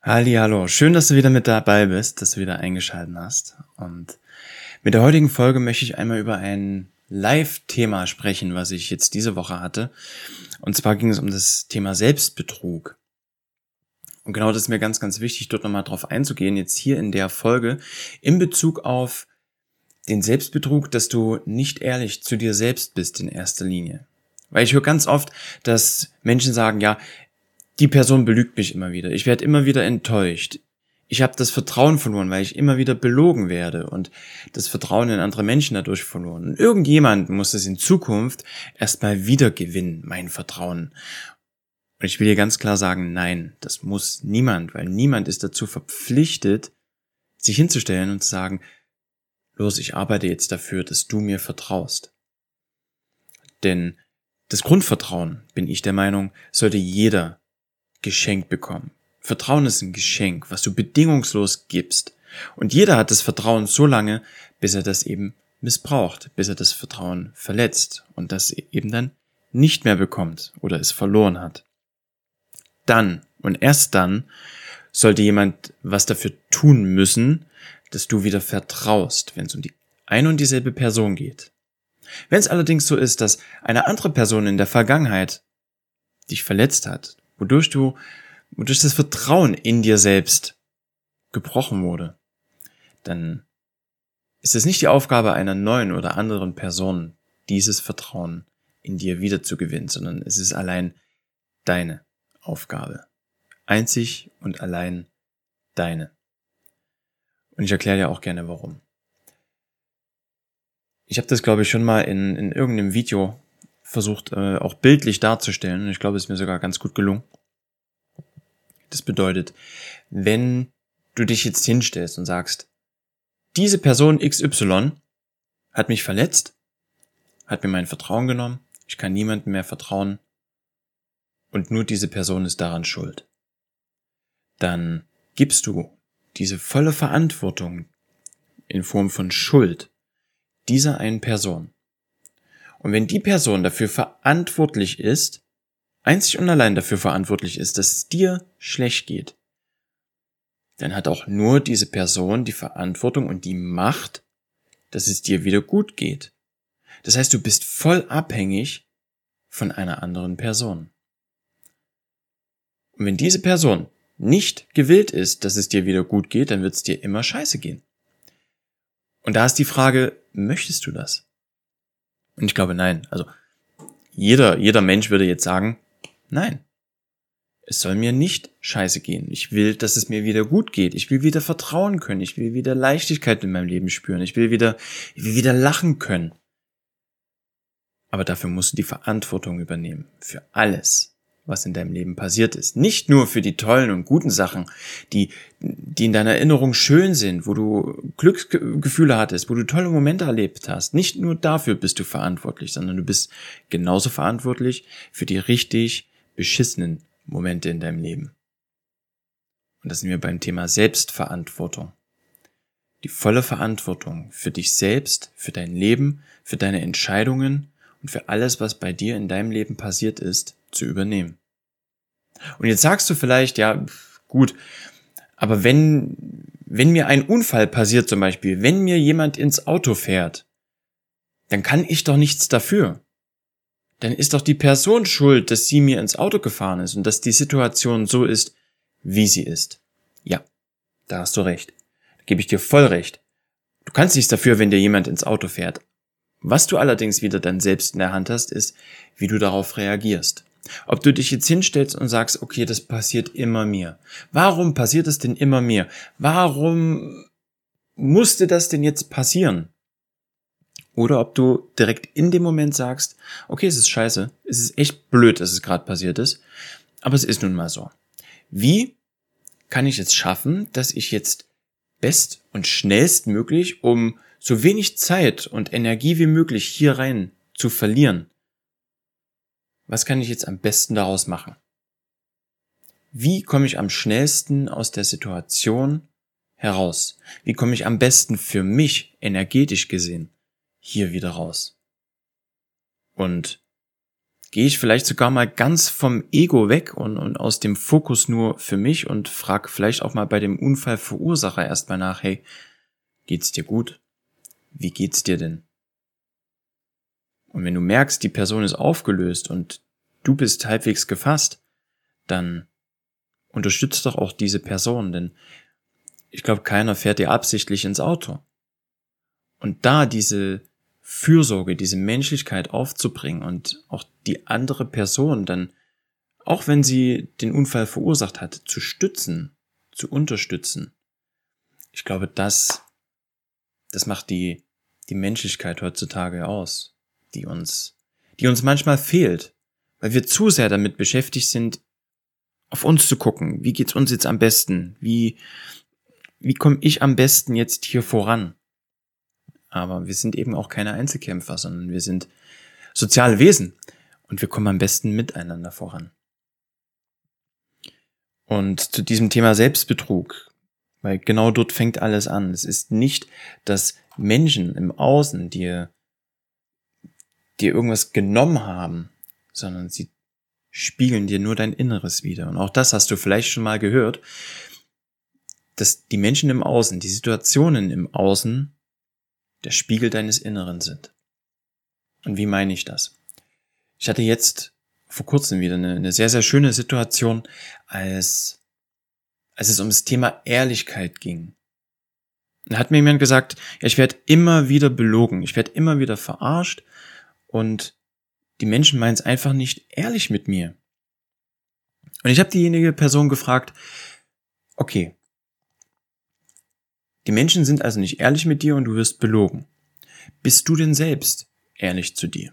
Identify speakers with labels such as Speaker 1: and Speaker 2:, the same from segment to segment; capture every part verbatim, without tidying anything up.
Speaker 1: Hallihallo, schön, dass du wieder mit dabei bist, dass du wieder eingeschaltet hast. Und mit der heutigen Folge möchte ich einmal über ein Live-Thema sprechen, was ich jetzt diese Woche hatte. Und zwar ging es um das Thema Selbstbetrug. Und genau das ist mir ganz, ganz wichtig, dort nochmal drauf einzugehen, jetzt hier in der Folge, in Bezug auf den Selbstbetrug, dass du nicht ehrlich zu dir selbst bist in erster Linie. Weil ich höre ganz oft, dass Menschen sagen, ja, die Person belügt mich immer wieder. Ich werde immer wieder enttäuscht. Ich habe das Vertrauen verloren, weil ich immer wieder belogen werde und das Vertrauen in andere Menschen dadurch verloren. Und irgendjemand muss es in Zukunft erstmal wieder gewinnen, mein Vertrauen. Und ich will dir ganz klar sagen, nein, das muss niemand, weil niemand ist dazu verpflichtet, sich hinzustellen und zu sagen, los, ich arbeite jetzt dafür, dass du mir vertraust. Denn das Grundvertrauen, bin ich der Meinung, sollte jeder geschenkt bekommen. Vertrauen ist ein Geschenk, was du bedingungslos gibst. Und jeder hat das Vertrauen so lange, bis er das eben missbraucht, bis er das Vertrauen verletzt und das eben dann nicht mehr bekommt oder es verloren hat. Dann und erst dann sollte jemand was dafür tun müssen, dass du wieder vertraust, wenn es um die eine und dieselbe Person geht. Wenn es allerdings so ist, dass eine andere Person in der Vergangenheit dich verletzt hat, wodurch du, wodurch das Vertrauen in dir selbst gebrochen wurde, dann ist es nicht die Aufgabe einer neuen oder anderen Person, dieses Vertrauen in dir wiederzugewinnen, sondern es ist allein deine Aufgabe. Einzig und allein deine. Und ich erkläre dir auch gerne, warum. Ich habe das, glaube ich, schon mal in, in irgendeinem Video versucht, äh, auch bildlich darzustellen. Und ich glaube, es ist mir sogar ganz gut gelungen. Das bedeutet, wenn du dich jetzt hinstellst und sagst, diese Person X Y hat mich verletzt, hat mir mein Vertrauen genommen, ich kann niemandem mehr vertrauen und nur diese Person ist daran schuld, dann gibst du diese volle Verantwortung in Form von Schuld dieser einen Person. Und wenn die Person dafür verantwortlich ist, einzig und allein dafür verantwortlich ist, dass es dir schlecht geht, dann hat auch nur diese Person die Verantwortung und die Macht, dass es dir wieder gut geht. Das heißt, du bist voll abhängig von einer anderen Person. Und wenn diese Person nicht gewillt ist, dass es dir wieder gut geht, dann wird es dir immer scheiße gehen. Und da ist die Frage, möchtest du das? Und ich glaube, nein. Also jeder, jeder Mensch würde jetzt sagen, nein. Es soll mir nicht scheiße gehen. Ich will, dass es mir wieder gut geht. Ich will wieder vertrauen können. Ich will wieder Leichtigkeit in meinem Leben spüren. Ich will wieder, ich will wieder lachen können. Aber dafür musst du die Verantwortung übernehmen. Für alles, was in deinem Leben passiert ist. Nicht nur für die tollen und guten Sachen, die, die in deiner Erinnerung schön sind, wo du Glücksgefühle hattest, wo du tolle Momente erlebt hast. Nicht nur dafür bist du verantwortlich, sondern du bist genauso verantwortlich für die richtig beschissenen Momente in deinem Leben. Und das sind wir beim Thema Selbstverantwortung. Die volle Verantwortung für dich selbst, für dein Leben, für deine Entscheidungen und für alles, was bei dir in deinem Leben passiert ist, zu übernehmen. Und jetzt sagst du vielleicht, ja, gut, aber wenn, wenn mir ein Unfall passiert zum Beispiel, wenn mir jemand ins Auto fährt, dann kann ich doch nichts dafür. Dann ist doch die Person schuld, dass sie mir ins Auto gefahren ist und dass die Situation so ist, wie sie ist. Ja, da hast du recht. Da gebe ich dir voll recht. Du kannst nichts dafür, wenn dir jemand ins Auto fährt. Was du allerdings wieder dann selbst in der Hand hast, ist, wie du darauf reagierst. Ob du dich jetzt hinstellst und sagst, okay, das passiert immer mir. Warum passiert es denn immer mir? Warum musste das denn jetzt passieren? Oder ob du direkt in dem Moment sagst, okay, es ist scheiße, es ist echt blöd, dass es gerade passiert ist, aber es ist nun mal so. Wie kann ich es schaffen, dass ich jetzt best- und schnellstmöglich, um so wenig Zeit und Energie wie möglich hier rein zu verlieren, was kann ich jetzt am besten daraus machen? Wie komme ich am schnellsten aus der Situation heraus? Wie komme ich am besten für mich, energetisch gesehen, hier wieder raus? Und gehe ich vielleicht sogar mal ganz vom Ego weg und, und aus dem Fokus nur für mich und frage vielleicht auch mal bei dem Unfallverursacher erstmal nach, hey, geht's dir gut? Wie geht's dir denn? Und wenn du merkst, die Person ist aufgelöst und du bist halbwegs gefasst, dann unterstützt doch auch diese Person, denn ich glaube, keiner fährt dir absichtlich ins Auto. Und da diese Fürsorge, diese Menschlichkeit aufzubringen und auch die andere Person dann, auch wenn sie den Unfall verursacht hat, zu stützen, zu unterstützen. Ich glaube, das, das macht die, die Menschlichkeit heutzutage aus, die uns, die uns manchmal fehlt, weil wir zu sehr damit beschäftigt sind, auf uns zu gucken. Wie geht's uns jetzt am besten? Wie, wie komme ich am besten jetzt hier voran? Aber wir sind eben auch keine Einzelkämpfer, sondern wir sind soziale Wesen und wir kommen am besten miteinander voran. Und zu diesem Thema Selbstbetrug, weil genau dort fängt alles an. Es ist nicht, dass Menschen im Außen dir, dir irgendwas genommen haben, sondern sie spiegeln dir nur dein Inneres wider. Und auch das hast du vielleicht schon mal gehört, dass die Menschen im Außen, die Situationen im Außen, der Spiegel deines Inneren sind. Und wie meine ich das? Ich hatte jetzt vor kurzem wieder eine, eine sehr, sehr schöne Situation, als, als es um das Thema Ehrlichkeit ging. Da hat mir jemand gesagt, ja, ich werde immer wieder belogen, ich werde immer wieder verarscht und die Menschen meinen es einfach nicht ehrlich mit mir. Und ich habe diejenige Person gefragt, okay, die Menschen sind also nicht ehrlich mit dir und du wirst belogen. Bist du denn selbst ehrlich zu dir?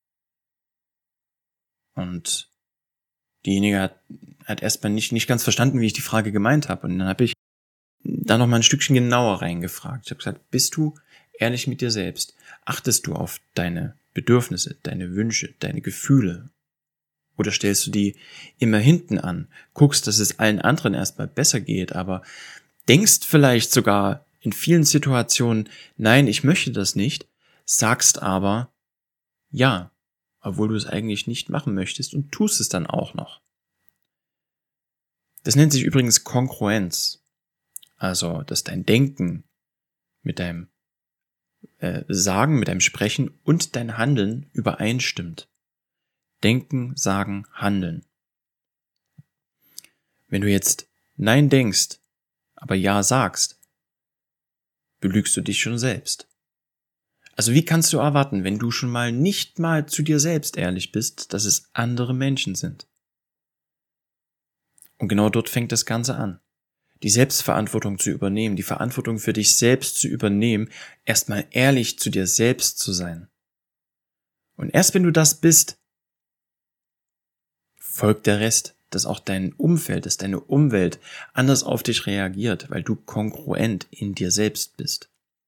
Speaker 1: Und diejenige hat, hat erstmal nicht, nicht ganz verstanden, wie ich die Frage gemeint habe. Und dann habe ich da noch mal ein Stückchen genauer reingefragt. Ich habe gesagt, bist du ehrlich mit dir selbst? Achtest du auf deine Bedürfnisse, deine Wünsche, deine Gefühle? Oder stellst du die immer hinten an? Guckst, dass es allen anderen erstmal besser geht, aber denkst vielleicht sogar in vielen Situationen, nein, ich möchte das nicht, sagst aber ja, obwohl du es eigentlich nicht machen möchtest und tust es dann auch noch. Das nennt sich übrigens Kongruenz. Also, dass dein Denken mit deinem äh, Sagen, mit deinem Sprechen und dein Handeln übereinstimmt. Denken, Sagen, Handeln. Wenn du jetzt Nein denkst, aber Ja sagst, belügst du dich schon selbst. Also wie kannst du erwarten, wenn du schon mal nicht mal zu dir selbst ehrlich bist, dass es andere Menschen sind? Und genau dort fängt das Ganze an. Die Selbstverantwortung zu übernehmen, die Verantwortung für dich selbst zu übernehmen, erstmal ehrlich zu dir selbst zu sein. Und erst wenn du das bist, folgt der Rest, dass auch dein Umfeld, dass deine Umwelt anders auf dich reagiert, weil du kongruent in dir selbst bist.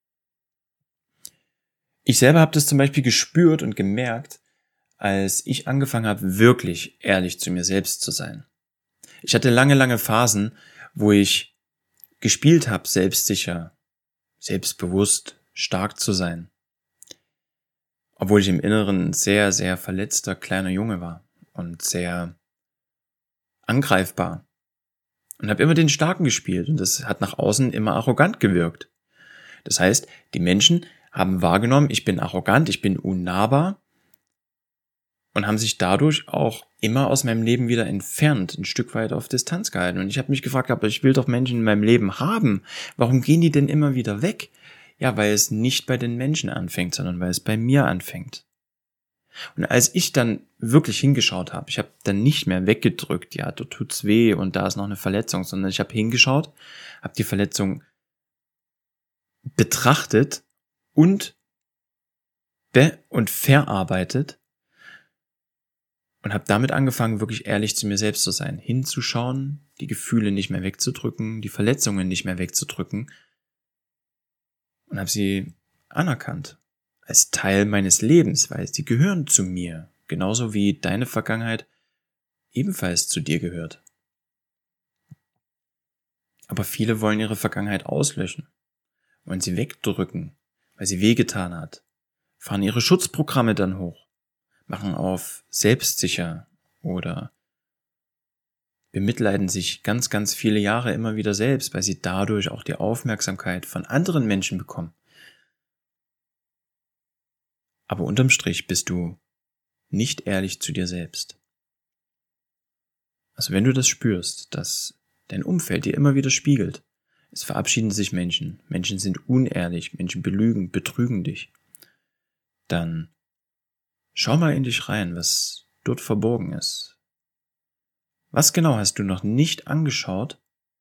Speaker 1: Ich selber habe das zum Beispiel gespürt und gemerkt, als ich angefangen habe, wirklich ehrlich zu mir selbst zu sein. Ich hatte lange, lange Phasen, wo ich gespielt habe, selbstsicher, selbstbewusst, stark zu sein. Obwohl ich im Inneren ein sehr, sehr verletzter kleiner Junge war und sehr angreifbar. Und habe immer den Starken gespielt und das hat nach außen immer arrogant gewirkt. Das heißt, die Menschen haben wahrgenommen, ich bin arrogant, ich bin unnahbar und haben sich dadurch auch immer aus meinem Leben wieder entfernt, ein Stück weit auf Distanz gehalten. Und ich habe mich gefragt, aber ich will doch Menschen in meinem Leben haben. Warum gehen die denn immer wieder weg? Ja, weil es nicht bei den Menschen anfängt, sondern weil es bei mir anfängt. Und als ich dann wirklich hingeschaut habe, ich habe dann nicht mehr weggedrückt, ja, dort tut's weh und da ist noch eine Verletzung, sondern ich habe hingeschaut, habe die Verletzung betrachtet und be- und verarbeitet und habe damit angefangen, wirklich ehrlich zu mir selbst zu sein, hinzuschauen, die Gefühle nicht mehr wegzudrücken, die Verletzungen nicht mehr wegzudrücken und habe sie anerkannt als Teil meines Lebens, weil sie gehören zu mir, genauso wie deine Vergangenheit ebenfalls zu dir gehört. Aber viele wollen ihre Vergangenheit auslöschen, wollen sie wegdrücken, weil sie wehgetan hat, fahren ihre Schutzprogramme dann hoch, machen auf selbstsicher oder bemitleiden sich ganz, ganz viele Jahre immer wieder selbst, weil sie dadurch auch die Aufmerksamkeit von anderen Menschen bekommen. Aber unterm Strich bist du nicht ehrlich zu dir selbst. Also wenn du das spürst, dass dein Umfeld dir immer wieder spiegelt, es verabschieden sich Menschen, Menschen sind unehrlich, Menschen belügen, betrügen dich, dann schau mal in dich rein, was dort verborgen ist. Was genau hast du noch nicht angeschaut,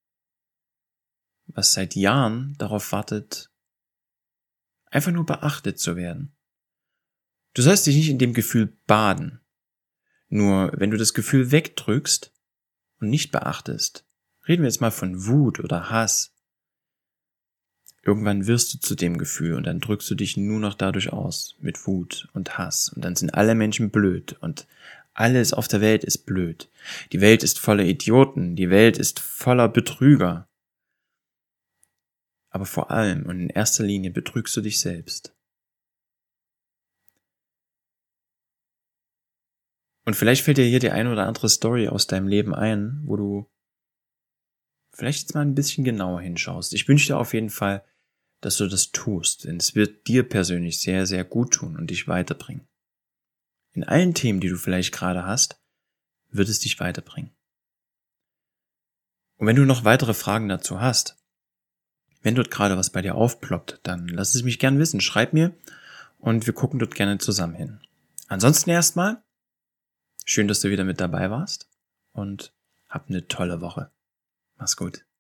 Speaker 1: was seit Jahren darauf wartet, einfach nur beachtet zu werden? Du sollst dich nicht in dem Gefühl baden. Nur wenn du das Gefühl wegdrückst und nicht beachtest, reden wir jetzt mal von Wut oder Hass, irgendwann wirst du zu dem Gefühl und dann drückst du dich nur noch dadurch aus, mit Wut und Hass. Und dann sind alle Menschen blöd und alles auf der Welt ist blöd. Die Welt ist voller Idioten, die Welt ist voller Betrüger. Aber vor allem und in erster Linie betrügst du dich selbst. Und vielleicht fällt dir hier die eine oder andere Story aus deinem Leben ein, wo du vielleicht jetzt mal ein bisschen genauer hinschaust. Ich wünsche dir auf jeden Fall, dass du das tust, denn es wird dir persönlich sehr, sehr gut tun und dich weiterbringen. In allen Themen, die du vielleicht gerade hast, wird es dich weiterbringen. Und wenn du noch weitere Fragen dazu hast, wenn dort gerade was bei dir aufploppt, dann lass es mich gern wissen. Schreib mir und wir gucken dort gerne zusammen hin. Ansonsten erstmal, schön, dass du wieder mit dabei warst und hab eine tolle Woche. Mach's gut.